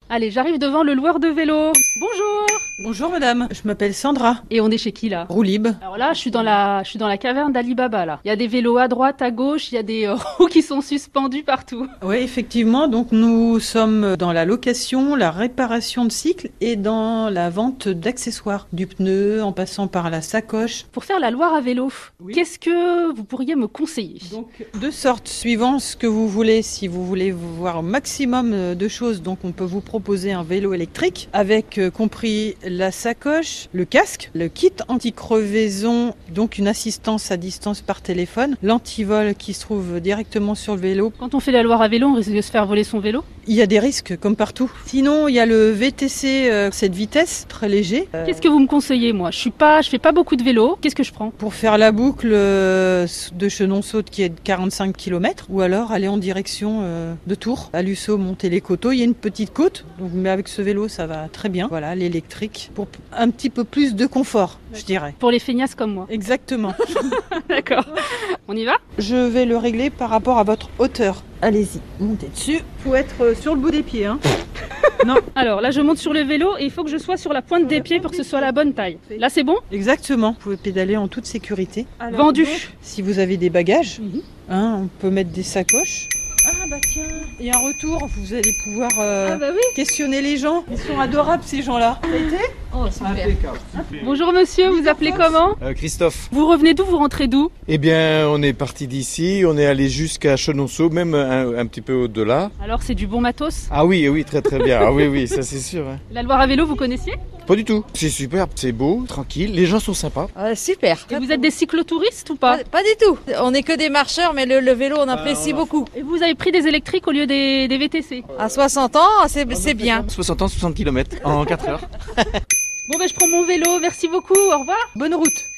Allez, j'arrive devant le loueur de vélo. Bonjour. Bonjour madame, je m'appelle Sandra. Et on est chez qui là? Roulib. Alors là, je suis dans la caverne d'Alibaba là. Il y a des vélos à droite, à gauche, il y a des roues qui sont suspendus partout. Oui, effectivement, donc nous sommes dans la location, la réparation de cycles et dans la vente d'accessoires, du pneu en passant par la sacoche. Pour faire la Loire à vélo, Oui. qu'est-ce que vous pourriez me conseiller? Donc de sorte, suivant ce que vous voulez, si vous voulez voir au maximum de choses, donc on peut vous proposer un vélo électrique avec compris la sacoche, le casque, le kit anti-crevaison, donc une assistance à distance par téléphone, l'antivol qui se trouve directement sur le vélo. Quand on fait la Loire à vélo, on risque de se faire voler son vélo? Il y a des risques comme partout. Sinon, il y a le VTC, cette vitesse, très léger. Qu'est-ce que vous me conseillez moi? Je fais pas beaucoup de vélo. Qu'est-ce que je prends? Pour faire la boucle de Chenonceau qui est de 45 km, ou alors aller en direction de Tours. À Lussau, monter les coteaux, il y a une petite côte, donc, mais avec ce vélo ça va très bien. Voilà, l'électrique, pour un petit peu plus de confort, je dirais. Pour les feignasses comme moi. Exactement. D'accord. On y va? Je vais le régler par rapport à votre hauteur. Allez-y, montez dessus. Faut être sur le bout des pieds, hein. Non. Alors là, je monte sur le vélo et il faut que je sois sur la pointe des pieds pour que ce soit la bonne taille. Là, c'est bon? Exactement. Vous pouvez pédaler en toute sécurité. Alors, Vendu. donc, si vous avez des bagages, Mhm. on peut mettre des sacoches. Ah bah tiens, et un retour, vous allez pouvoir bah oui. questionner les gens. Ils sont adorables ces gens-là. Ça a été ? Oh, super. Bonjour monsieur, vous appelez comment? Christophe. Vous revenez d'où? Vous rentrez d'où? Eh bien, on est parti d'ici, on est allé jusqu'à Chenonceau, même un petit peu au-delà. Alors c'est du bon matos? Ah oui, oui, très très bien. Ah oui, oui, ça c'est sûr. Hein. La Loire à vélo, vous connaissiez? Pas du tout. C'est super, c'est beau, tranquille, les gens sont sympas. Super. Et vous êtes des cyclotouristes ou pas? Pas du tout. On n'est que des marcheurs, mais le vélo, on apprécie beaucoup. Et vous avez pris des électriques au lieu des VTC? À 60 ans, c'est bien. 60 ans, 60 km en 4 heures. Bon ben je prends mon vélo, merci beaucoup, au revoir. Bonne route.